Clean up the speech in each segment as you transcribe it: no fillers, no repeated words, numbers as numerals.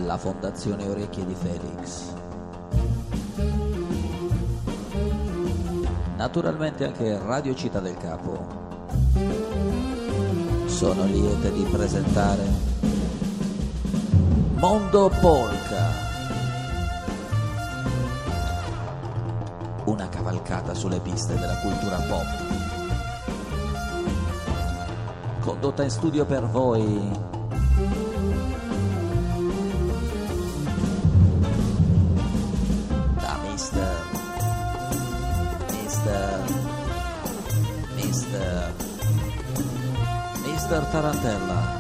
la Fondazione Orecchie di Felix. Naturalmente anche Radio Città del Capo. Sono liete di presentare Mondo Polka, una cavalcata sulle piste della cultura pop, condotta in studio per voi da Mister Tarantella.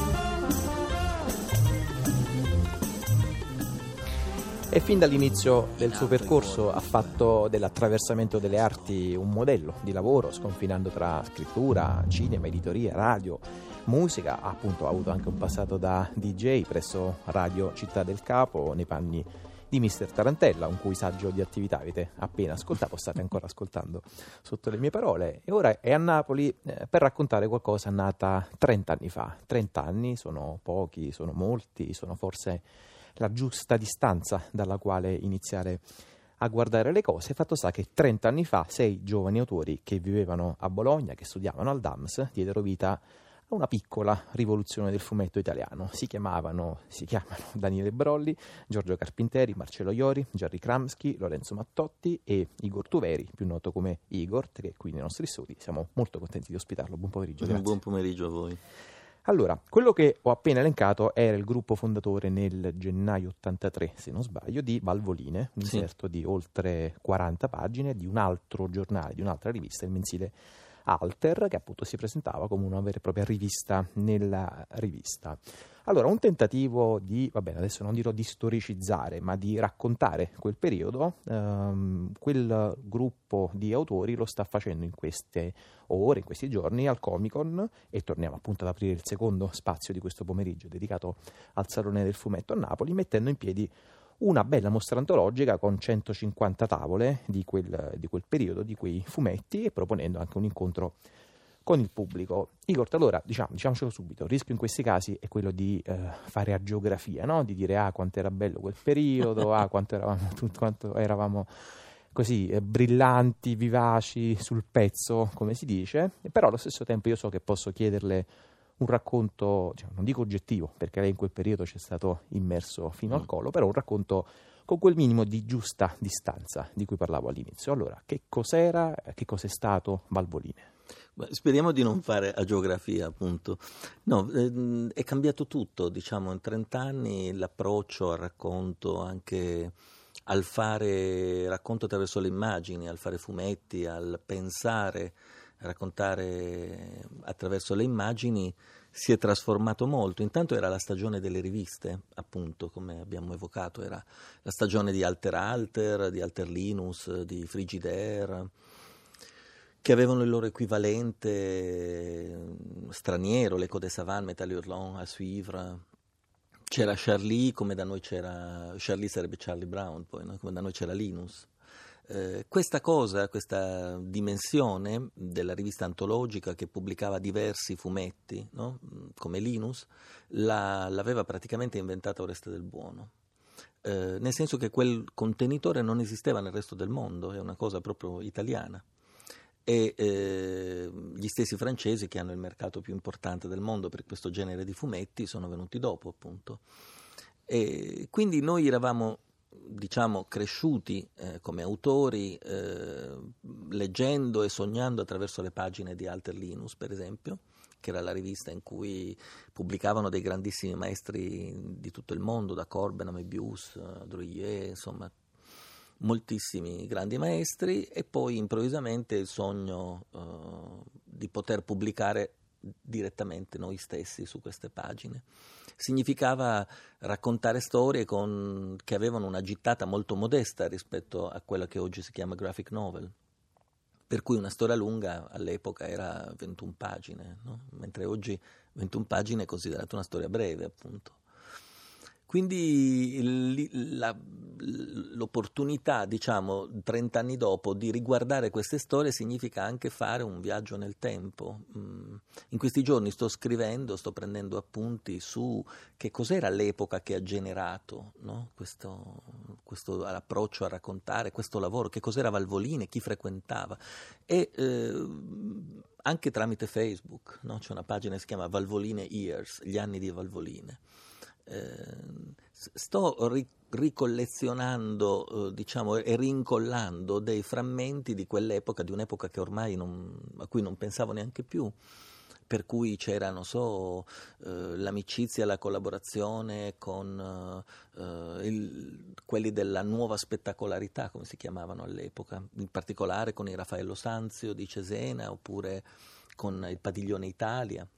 E fin dall'inizio del suo percorso ha fatto dell'attraversamento delle arti un modello di lavoro, sconfinando tra scrittura, cinema, editoria, radio, musica. Ha avuto anche un passato da DJ presso Radio Città del Capo nei panni di Mister Tarantella, un cui saggio di attività avete appena ascoltato, state ancora ascoltando sotto le mie parole, e ora è a Napoli per raccontare qualcosa nata 30 anni fa. 30 anni sono pochi, sono molti, sono forse la giusta distanza dalla quale iniziare a guardare le cose. Fatto sta che 30 anni fa 6 giovani autori che vivevano a Bologna, che studiavano al DAMS, diedero vita a una piccola rivoluzione del fumetto italiano. Si chiamano Daniele Brolli, Giorgio Carpinteri, Marcello Iori, Gerry Kramsky, Lorenzo Mattotti e Igor Tuveri, più noto come Igor, che è qui nei nostri studi. Siamo molto contenti di ospitarlo. Buon pomeriggio. Grazie. Buon pomeriggio a voi. Allora, quello che ho appena elencato era il gruppo fondatore nel gennaio 83, se non sbaglio, di Valvoline, un inserto di oltre 40 pagine di un altro giornale, di un'altra rivista, il mensile Alter, che appunto si presentava come una vera e propria rivista nella rivista. Allora, un tentativo di, adesso non dirò di storicizzare, ma di raccontare quel periodo, quel gruppo di autori lo sta facendo in queste ore, in questi giorni, al Comic-Con, e torniamo appunto ad aprire il secondo spazio di questo pomeriggio dedicato al Salone del Fumetto a Napoli, mettendo in piedi una bella mostra antologica con 150 tavole di quel periodo, di quei fumetti, e proponendo anche un incontro con il pubblico. Igor, allora diciamocelo subito, il rischio in questi casi è quello di fare agiografia, no? Di dire quanto era bello quel periodo, quanto eravamo così brillanti, vivaci, sul pezzo, come si dice, però allo stesso tempo io so che posso chiederle un racconto, non dico oggettivo, perché lei in quel periodo c'è stato immerso fino al collo, però un racconto con quel minimo di giusta distanza di cui parlavo all'inizio. Allora, che cos'era, che cos'è stato Valvoline? Speriamo di non fare agiografia, appunto. No, è cambiato tutto, in 30 anni l'approccio al racconto, anche al fare racconto attraverso le immagini, al fare fumetti, al pensare, raccontare attraverso le immagini, si è trasformato molto. Intanto era la stagione delle riviste, appunto, come abbiamo evocato, era la stagione di Alter, di Alter Linus, di Frigidaire, che avevano il loro equivalente straniero, l'Echo des Savants, Metal Hurlant, A Suivre. C'era Charlie, come da noi c'era Charlie, sarebbe Charlie Brown, poi, no? Come da noi c'era Linus. Questa dimensione della rivista antologica che pubblicava diversi fumetti, no? Come Linus, l'aveva praticamente inventata Oreste del Buono, nel senso che quel contenitore non esisteva nel resto del mondo, è una cosa proprio italiana, e gli stessi francesi, che hanno il mercato più importante del mondo per questo genere di fumetti, sono venuti dopo, appunto, e quindi noi eravamo cresciuti come autori, leggendo e sognando attraverso le pagine di Alter Linus, per esempio, che era la rivista in cui pubblicavano dei grandissimi maestri di tutto il mondo, da Corben a Möbius, Druillet, insomma moltissimi grandi maestri, e poi improvvisamente il sogno di poter pubblicare direttamente noi stessi su queste pagine. Significava raccontare storie che avevano una gittata molto modesta rispetto a quella che oggi si chiama graphic novel, per cui una storia lunga all'epoca era 21 pagine, no? Mentre oggi 21 pagine è considerata una storia breve, appunto. Quindi l'opportunità, diciamo, 30 anni dopo, di riguardare queste storie significa anche fare un viaggio nel tempo. In questi giorni sto prendendo appunti su che cos'era l'epoca che ha generato, no? questo approccio a raccontare, questo lavoro, che cos'era Valvoline, chi frequentava. E anche tramite Facebook, no? C'è una pagina che si chiama Valvoline Years, gli anni di Valvoline. Sto ricollezionando diciamo, e rincollando dei frammenti di quell'epoca, di un'epoca che ormai a cui non pensavo neanche più, per cui c'era, non so, l'amicizia, la collaborazione con quelli della nuova spettacolarità, come si chiamavano all'epoca, in particolare con il Raffaello Sanzio di Cesena, oppure con il Padiglione Italia.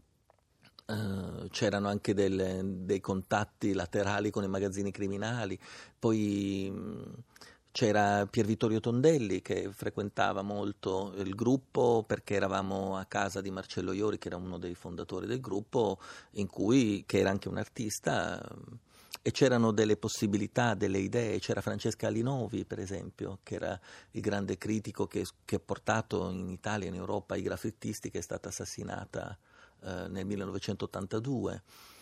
C'erano anche dei contatti laterali con i magazzini criminali, poi c'era Pier Vittorio Tondelli che frequentava molto il gruppo perché eravamo a casa di Marcello Iori, che era uno dei fondatori del gruppo, che era anche un artista, e c'erano delle possibilità, delle idee. C'era Francesca Alinovi, per esempio, che era il grande critico che ha portato in Italia e in Europa i graffittisti, che è stata assassinata nel 1982,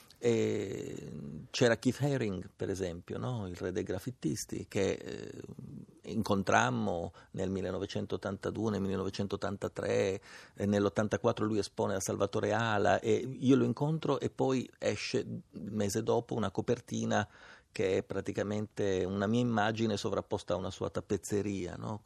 e c'era Keith Haring, per esempio, no? Il re dei graffittisti, che incontrammo nel 1982, nel 1983, nell'84 lui espone a Salvatore Ala e io lo incontro, e poi esce il mese dopo una copertina che è praticamente una mia immagine sovrapposta a una sua tappezzeria, no?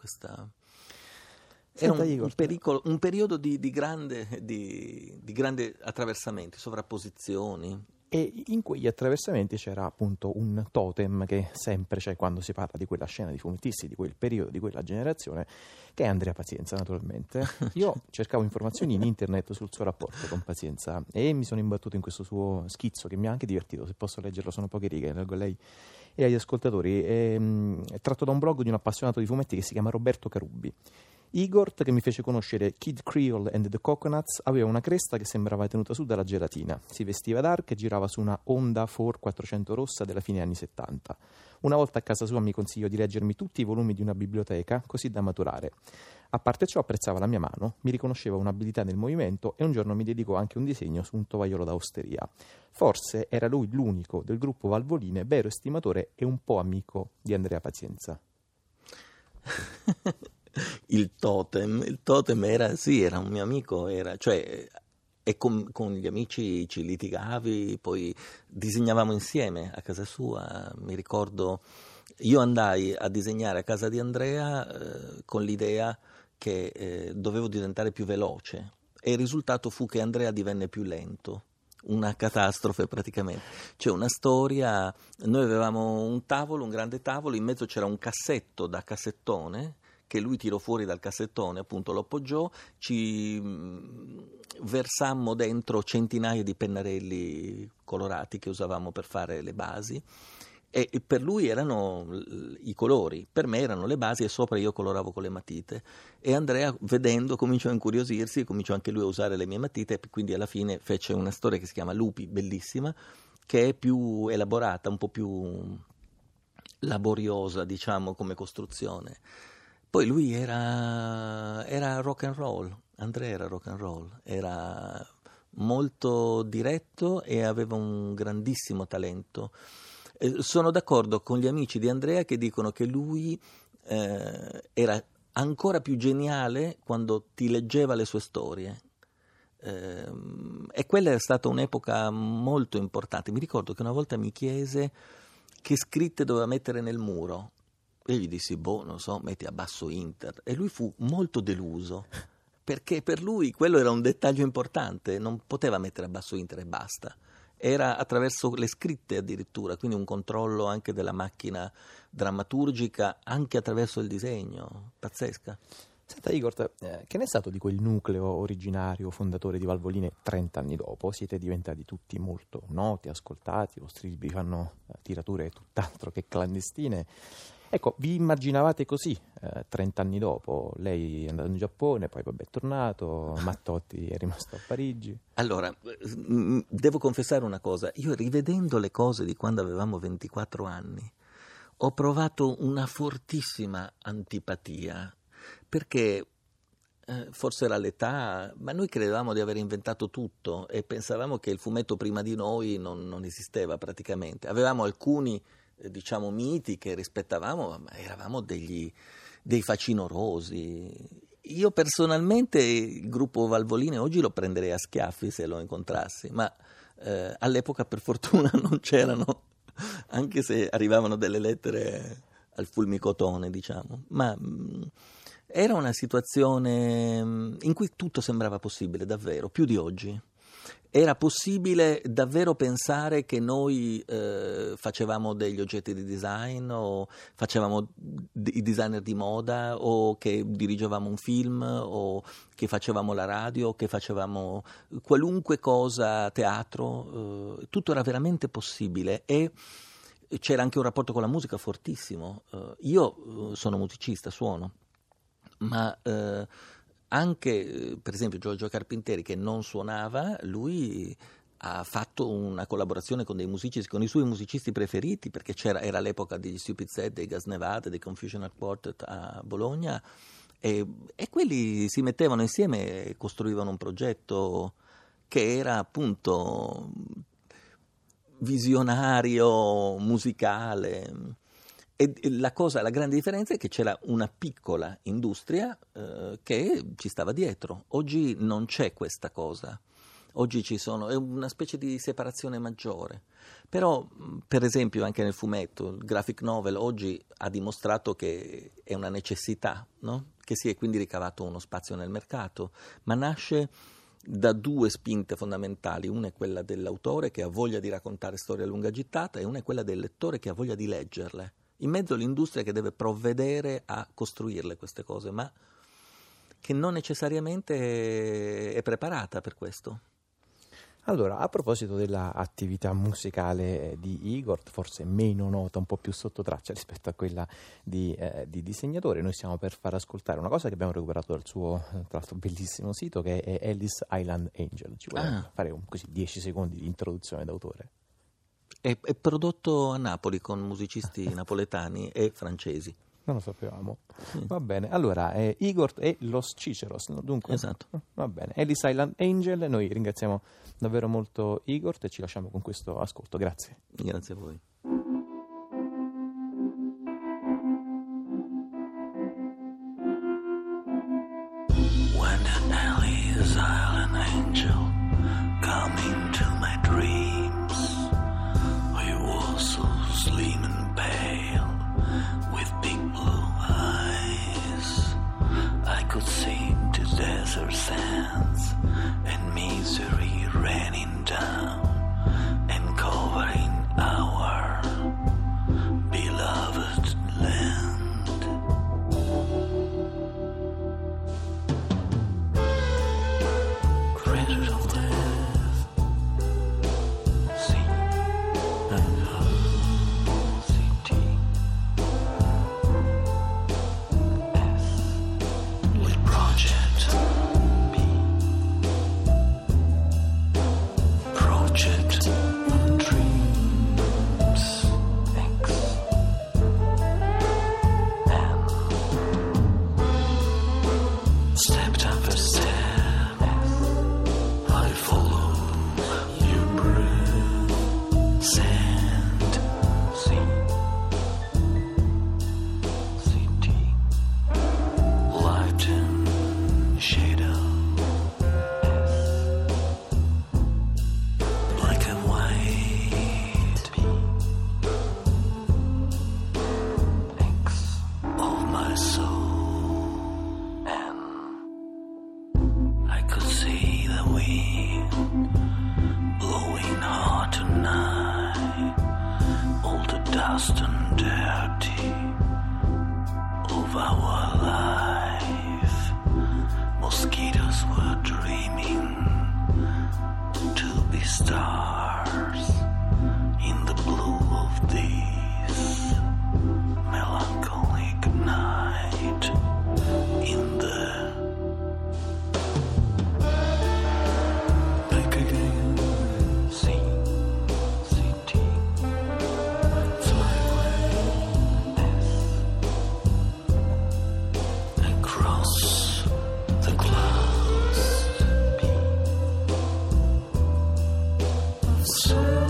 Era un periodo di grande attraversamenti, sovrapposizioni. E in quegli attraversamenti c'era appunto un totem che sempre c'è quando si parla di quella scena di fumettisti, di quel periodo, di quella generazione, che è Andrea Pazienza, naturalmente. Io cercavo informazioni in internet sul suo rapporto con Pazienza e mi sono imbattuto in questo suo schizzo che mi ha anche divertito. Se posso leggerlo, sono poche righe, leggo a lei e agli ascoltatori. È tratto da un blog di un appassionato di fumetti che si chiama Roberto Carubbi. Igor, che mi fece conoscere Kid Creole and the Coconuts, aveva una cresta che sembrava tenuta su dalla gelatina. Si vestiva dark e girava su una Honda 400 rossa della fine anni 70. Una volta a casa sua mi consigliò di leggermi tutti i volumi di una biblioteca, così da maturare. A parte ciò apprezzava la mia mano, mi riconosceva un'abilità nel movimento e un giorno mi dedicò anche un disegno su un tovagliolo da osteria. Forse era lui l'unico del gruppo Valvoline vero estimatore e un po' amico di Andrea Pazienza. Il totem era un mio amico, e con gli amici ci litigavi, poi disegnavamo insieme a casa sua. Mi ricordo, io andai a disegnare a casa di Andrea con l'idea che dovevo diventare più veloce, e il risultato fu che Andrea divenne più lento. Una catastrofe praticamente. C'è una storia, noi avevamo un grande tavolo, in mezzo c'era un cassetto da cassettone che lui tirò fuori dal cassettone, appunto lo appoggiò, ci versammo dentro centinaia di pennarelli colorati che usavamo per fare le basi, e per lui erano i colori, per me erano le basi, e sopra io coloravo con le matite, e Andrea, vedendo, cominciò a incuriosirsi, cominciò anche lui a usare le mie matite, e quindi alla fine fece una storia che si chiama Lupi, bellissima, che è più elaborata, un po' più laboriosa, diciamo, come costruzione. Poi lui era rock and roll, Andrea era rock and roll, era molto diretto e aveva un grandissimo talento. Sono d'accordo con gli amici di Andrea che dicono che lui era ancora più geniale quando ti leggeva le sue storie. E quella è stata un'epoca molto importante. Mi ricordo che una volta mi chiese che scritte doveva mettere nel muro. E gli dissi, non so, metti a basso Inter. E lui fu molto deluso, perché per lui quello era un dettaglio importante, non poteva mettere a basso Inter e basta. Era attraverso le scritte addirittura, quindi un controllo anche della macchina drammaturgica, anche attraverso il disegno, pazzesca. Senta Igor, che ne è stato di quel nucleo originario fondatore di Valvoline 30 anni dopo? Siete diventati tutti molto noti, ascoltati, i vostri libri fanno tirature tutt'altro che clandestine. Ecco, vi immaginavate così 30 anni dopo? Lei è andato in Giappone, poi vabbè è tornato, Mattotti è rimasto a Parigi. Allora, devo confessare una cosa, io rivedendo le cose di quando avevamo 24 anni ho provato una fortissima antipatia, perché forse era l'età, ma noi credevamo di aver inventato tutto e pensavamo che il fumetto prima di noi non esisteva praticamente. Avevamo alcuni diciamo miti che rispettavamo, ma eravamo dei facinorosi. Io personalmente il gruppo Valvoline oggi lo prenderei a schiaffi se lo incontrassi, ma all'epoca per fortuna non c'erano, anche se arrivavano delle lettere al fulmicotone, diciamo, ma era una situazione in cui tutto sembrava possibile, davvero, più di oggi. Era possibile davvero pensare che noi facevamo degli oggetti di design o facevamo i designer di moda o che dirigevamo un film o che facevamo la radio o che facevamo qualunque cosa, teatro, tutto era veramente possibile e c'era anche un rapporto con la musica fortissimo. Io sono musicista, suono, ma anche per esempio Giorgio Carpentieri, che non suonava, lui ha fatto una collaborazione con i suoi musicisti preferiti, perché era l'epoca degli Stupid Set, dei Gas Nevada, dei Confusion Art Quartet a Bologna, e quelli si mettevano insieme e costruivano un progetto che era appunto visionario, musicale. E la grande differenza è che c'era una piccola industria che ci stava dietro. Oggi non c'è questa cosa. Oggi è una specie di separazione maggiore. Però, per esempio, anche nel fumetto, il graphic novel oggi ha dimostrato che è una necessità, no? Che si è quindi ricavato uno spazio nel mercato, ma nasce da due spinte fondamentali. Una è quella dell'autore che ha voglia di raccontare storie a lunga gittata e una è quella del lettore che ha voglia di leggerle. In mezzo l'industria che deve provvedere a costruirle queste cose, ma che non necessariamente è preparata per questo. Allora, a proposito dell'attività musicale di Igor, forse meno nota, un po' più sotto traccia rispetto a quella di disegnatore, noi stiamo per far ascoltare una cosa che abbiamo recuperato dal suo, tra l'altro, bellissimo sito, che è Ellis Island Angel. Ci vuole fare così 10 secondi di introduzione d'autore? È prodotto a Napoli con musicisti napoletani e francesi. Non lo sapevamo. Va bene, allora Igor e Los Ciceros, no? Dunque, esatto. Va bene, Ellis Island Angel, noi ringraziamo davvero molto Igor e ci lasciamo con questo ascolto, grazie. Grazie a voi. When an Ellis Island Angel come into my dreams, he was so slim and pale with big blue eyes. I could see the desert sands and misery raining down and covering our beloved land. Creature of death, sea and city. With Project B, Project Dreams X, and step after step, I follow your breath, sand, sea, city. Light and shadow, black and white, X of my soul, and I could see the wind blowing hard tonight, all the dust and dirty of our life. stars in the blue of this melancholic night in the back again city flyways across the clouds. So